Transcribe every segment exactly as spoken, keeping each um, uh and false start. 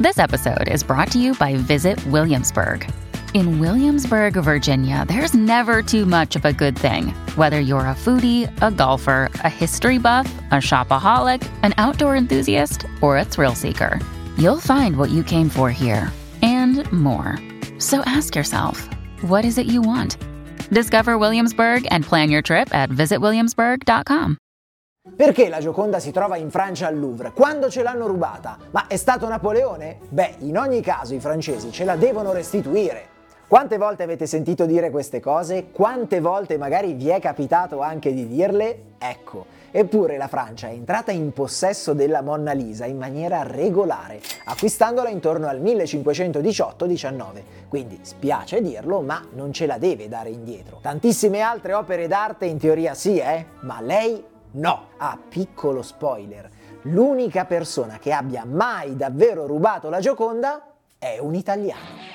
This episode is brought to you by Visit Williamsburg. In Williamsburg, Virginia, there's never too much of a good thing. Whether you're a foodie, a golfer, a history buff, a shopaholic, an outdoor enthusiast, or a thrill seeker, you'll find what you came for here and more. So ask yourself, what is it you want? Discover Williamsburg and plan your trip at visit williamsburg dot com. Perché la Gioconda si trova in Francia al Louvre? Quando ce l'hanno rubata? Ma è stato Napoleone? Beh, in ogni caso i francesi ce la devono restituire. Quante volte avete sentito dire queste cose? Quante volte magari vi è capitato anche di dirle? Ecco, eppure la Francia è entrata in possesso della Monna Lisa in maniera regolare, acquistandola intorno al millecinquecentodiciotto diciannove. Quindi spiace dirlo, ma non ce la deve dare indietro. Tantissime altre opere d'arte in teoria sì, eh? Ma lei no. Ah, piccolo spoiler, l'unica persona che abbia mai davvero rubato la Gioconda è un italiano.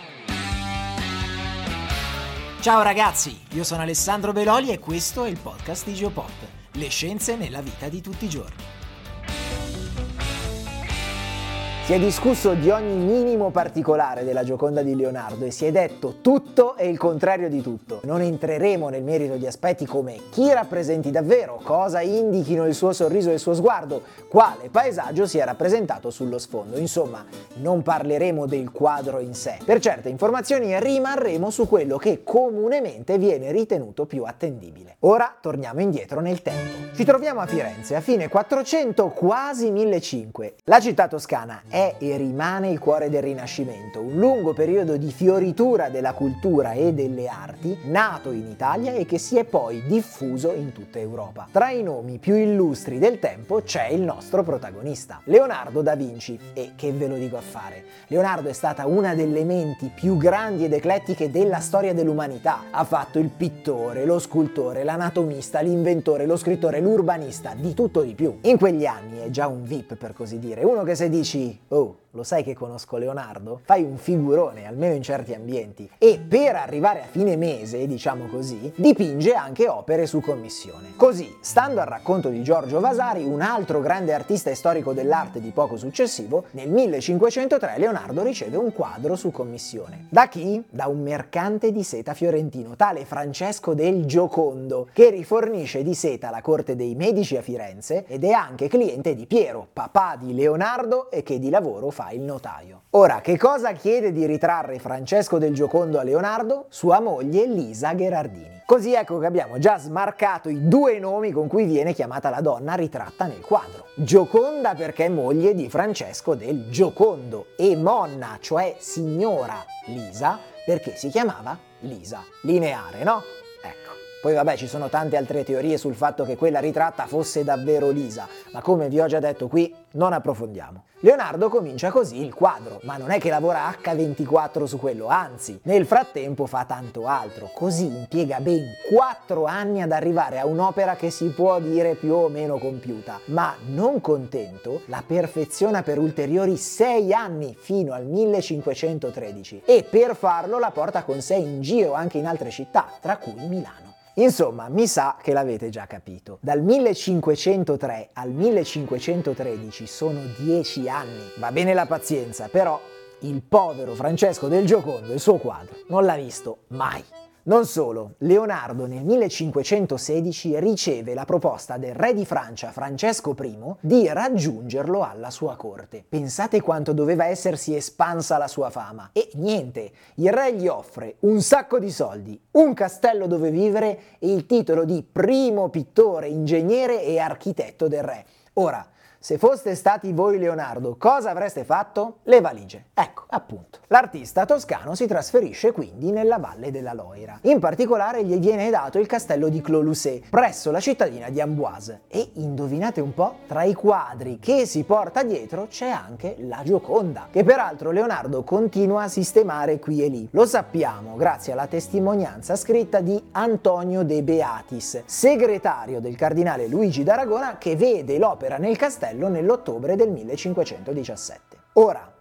Ciao ragazzi, io sono Alessandro Beloli e questo è il podcast di Geopop, le scienze nella vita di tutti i giorni. Si è discusso di ogni minimo particolare della Gioconda di Leonardo e si è detto tutto e il contrario di tutto. Non entreremo nel merito di aspetti come chi rappresenti davvero, cosa indichino il suo sorriso e il suo sguardo, quale paesaggio sia rappresentato sullo sfondo. Insomma, non parleremo del quadro in sé. Per certe informazioni rimarremo su quello che comunemente viene ritenuto più attendibile. Ora torniamo indietro nel tempo. Ci troviamo a Firenze a fine quattrocento, quasi millecinquecento. La città toscana è È e rimane il cuore del Rinascimento, un lungo periodo di fioritura della cultura e delle arti, nato in Italia e che si è poi diffuso in tutta Europa. Tra i nomi più illustri del tempo c'è il nostro protagonista, Leonardo da Vinci. E che ve lo dico a fare? Leonardo è stata una delle menti più grandi ed eclettiche della storia dell'umanità. Ha fatto il pittore, lo scultore, l'anatomista, l'inventore, lo scrittore, l'urbanista, di tutto di più. In quegli anni è già un V I P, per così dire, uno che se dici "Oh, lo sai che conosco Leonardo?" fai un figurone, almeno in certi ambienti. E per arrivare a fine mese, diciamo così, dipinge anche opere su commissione. Così, stando al racconto di Giorgio Vasari, un altro grande artista e storico dell'arte di poco successivo, nel millecinquecentotre Leonardo riceve un quadro su commissione. Da chi? Da un mercante di seta fiorentino, tale Francesco del Giocondo, che rifornisce di seta la corte dei Medici a Firenze ed è anche cliente di Piero, papà di Leonardo, e che di lavoro fa il notaio. Ora, che cosa chiede di ritrarre Francesco del Giocondo a Leonardo? Sua moglie Lisa Gherardini. Così ecco che abbiamo già smarcato i due nomi con cui viene chiamata la donna ritratta nel quadro. Gioconda perché è moglie di Francesco del Giocondo e Monna, cioè signora Lisa, perché si chiamava Lisa. Lineare, no? Ecco. Poi vabbè, ci sono tante altre teorie sul fatto che quella ritratta fosse davvero Lisa, ma come vi ho già detto qui, non approfondiamo. Leonardo comincia così il quadro, ma non è che lavora acca ventiquattro su quello, anzi, nel frattempo fa tanto altro, così impiega ben quattro anni ad arrivare a un'opera che si può dire più o meno compiuta, ma non contento, la perfeziona per ulteriori sei anni fino al millecinquecentotredici e per farlo la porta con sé in giro anche in altre città, tra cui Milano. Insomma, mi sa che l'avete già capito. Dal millecinquecentotre al millecinquecentotredici sono dieci anni. Va bene la pazienza, però il povero Francesco del Giocondo il suo quadro non l'ha visto mai. Non solo, Leonardo nel millecinquecentosedici riceve la proposta del re di Francia Francesco primo di raggiungerlo alla sua corte. Pensate quanto doveva essersi espansa la sua fama. E niente, il re gli offre un sacco di soldi, un castello dove vivere e il titolo di primo pittore, ingegnere e architetto del re. Ora, se foste stati voi Leonardo, cosa avreste fatto? Le valigie. Ecco, appunto. L'artista toscano si trasferisce quindi nella valle della Loira. In particolare gli viene dato il castello di Clos-Lucé, presso la cittadina di Amboise. E indovinate un po', tra i quadri che si porta dietro c'è anche la Gioconda, che peraltro Leonardo continua a sistemare qui e lì. Lo sappiamo grazie alla testimonianza scritta di Antonio de Beatis, segretario del cardinale Luigi d'Aragona, che vede l'opera nel castello nell'ottobre del millecinquecentodiciassette. Ora,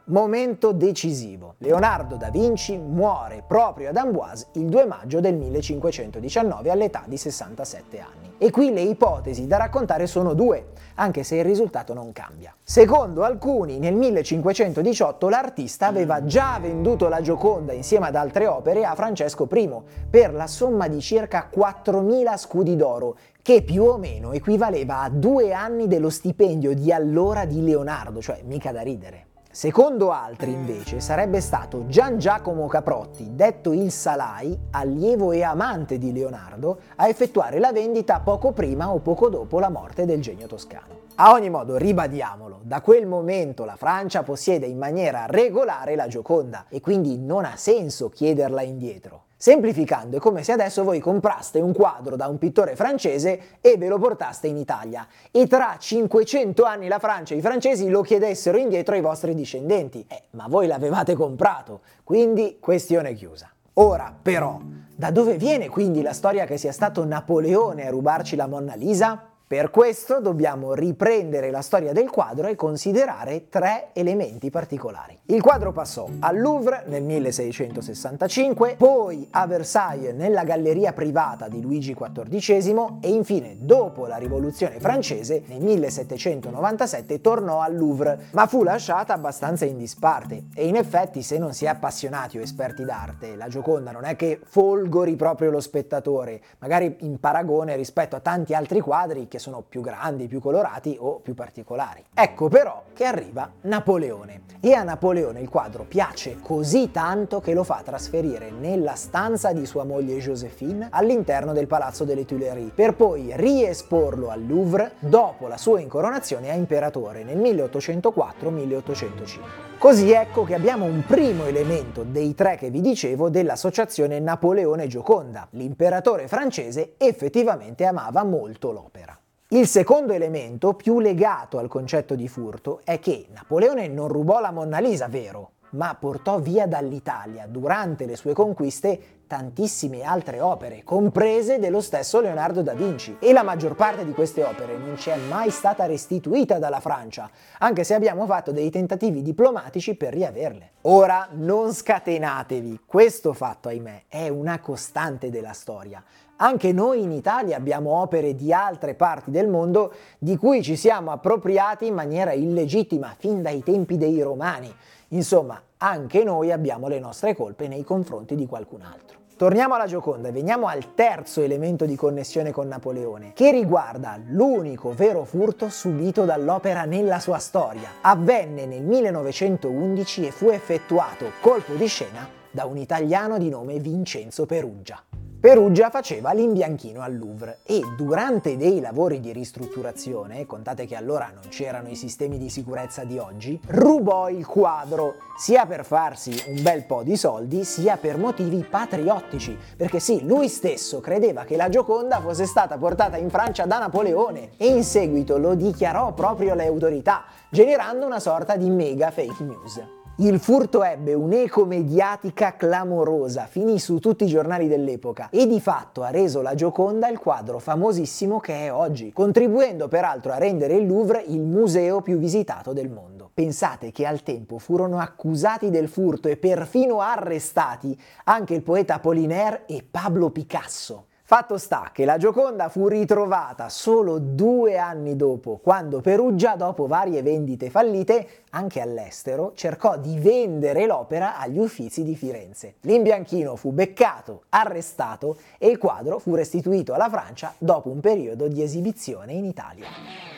Momento decisivo. Leonardo da Vinci muore proprio ad Amboise il due maggio del millecinquecentodiciannove all'età di sessantasette anni. E qui le ipotesi da raccontare sono due, anche se il risultato non cambia. Secondo alcuni, nel millecinquecentodiciotto l'artista aveva già venduto la Gioconda insieme ad altre opere a Francesco primo per la somma di circa quattromila scudi d'oro, che più o meno equivaleva a due anni dello stipendio di allora di Leonardo, cioè mica da ridere. Secondo altri, invece, sarebbe stato Gian Giacomo Caprotti, detto il Salai, allievo e amante di Leonardo, a effettuare la vendita poco prima o poco dopo la morte del genio toscano. A ogni modo, ribadiamolo, da quel momento la Francia possiede in maniera regolare la Gioconda e quindi non ha senso chiederla indietro. Semplificando, è come se adesso voi compraste un quadro da un pittore francese e ve lo portaste in Italia e tra cinquecento anni la Francia e i francesi lo chiedessero indietro ai vostri discendenti. Eh, ma voi l'avevate comprato, quindi questione chiusa. Ora, però, da dove viene quindi la storia che sia stato Napoleone a rubarci la Monna Lisa? Per questo dobbiamo riprendere la storia del quadro e considerare tre elementi particolari. Il quadro passò al Louvre nel milleseicentosessantacinque, poi a Versailles nella galleria privata di Luigi quattordicesimo e infine, dopo la Rivoluzione francese, nel millesettecentonovantasette tornò al Louvre, ma fu lasciata abbastanza in disparte. E in effetti, se non si è appassionati o esperti d'arte, la Gioconda non è che folgori proprio lo spettatore, magari in paragone rispetto a tanti altri quadri che sono più grandi, più colorati o più particolari. Ecco però che arriva Napoleone e a Napoleone il quadro piace così tanto che lo fa trasferire nella stanza di sua moglie Joséphine all'interno del Palazzo delle Tuileries per poi riesporlo al Louvre dopo la sua incoronazione a imperatore nel milleottocentoquattro milleottocentocinque. Così ecco che abbiamo un primo elemento dei tre che vi dicevo dell'associazione Napoleone-Gioconda. L'imperatore francese effettivamente amava molto l'opera. Il secondo elemento, più legato al concetto di furto, è che Napoleone non rubò la Monna Lisa, vero, ma portò via dall'Italia, durante le sue conquiste, tantissime altre opere, comprese dello stesso Leonardo da Vinci. E la maggior parte di queste opere non ci è mai stata restituita dalla Francia, anche se abbiamo fatto dei tentativi diplomatici per riaverle. Ora non scatenatevi, questo fatto, ahimè, è una costante della storia. Anche noi in Italia abbiamo opere di altre parti del mondo di cui ci siamo appropriati in maniera illegittima fin dai tempi dei Romani. Insomma, anche noi abbiamo le nostre colpe nei confronti di qualcun altro. Torniamo alla Gioconda e veniamo al terzo elemento di connessione con Napoleone, che riguarda l'unico vero furto subito dall'opera nella sua storia. Avvenne nel millenovecentoundici e fu effettuato, colpo di scena, da un italiano di nome Vincenzo Peruggia. Peruggia faceva l'imbianchino al Louvre e durante dei lavori di ristrutturazione, contate che allora non c'erano i sistemi di sicurezza di oggi, rubò il quadro, sia per farsi un bel po' di soldi, sia per motivi patriottici, perché sì, lui stesso credeva che la Gioconda fosse stata portata in Francia da Napoleone e in seguito lo dichiarò proprio alle autorità, generando una sorta di mega fake news. Il furto ebbe un'eco mediatica clamorosa, finì su tutti i giornali dell'epoca e di fatto ha reso la Gioconda il quadro famosissimo che è oggi, contribuendo peraltro a rendere il Louvre il museo più visitato del mondo. Pensate che al tempo furono accusati del furto e perfino arrestati anche il poeta Apollinaire e Pablo Picasso. Fatto sta che la Gioconda fu ritrovata solo due anni dopo, quando Peruggia, dopo varie vendite fallite, anche all'estero, cercò di vendere l'opera agli Uffizi di Firenze. L'imbianchino fu beccato, arrestato e il quadro fu restituito alla Francia dopo un periodo di esibizione in Italia.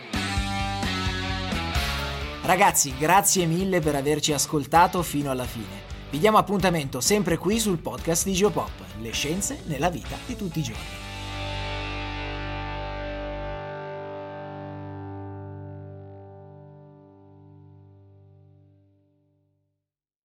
Ragazzi, grazie mille per averci ascoltato fino alla fine. Vi diamo appuntamento sempre qui sul podcast di Geopop, le scienze nella vita di tutti i giorni.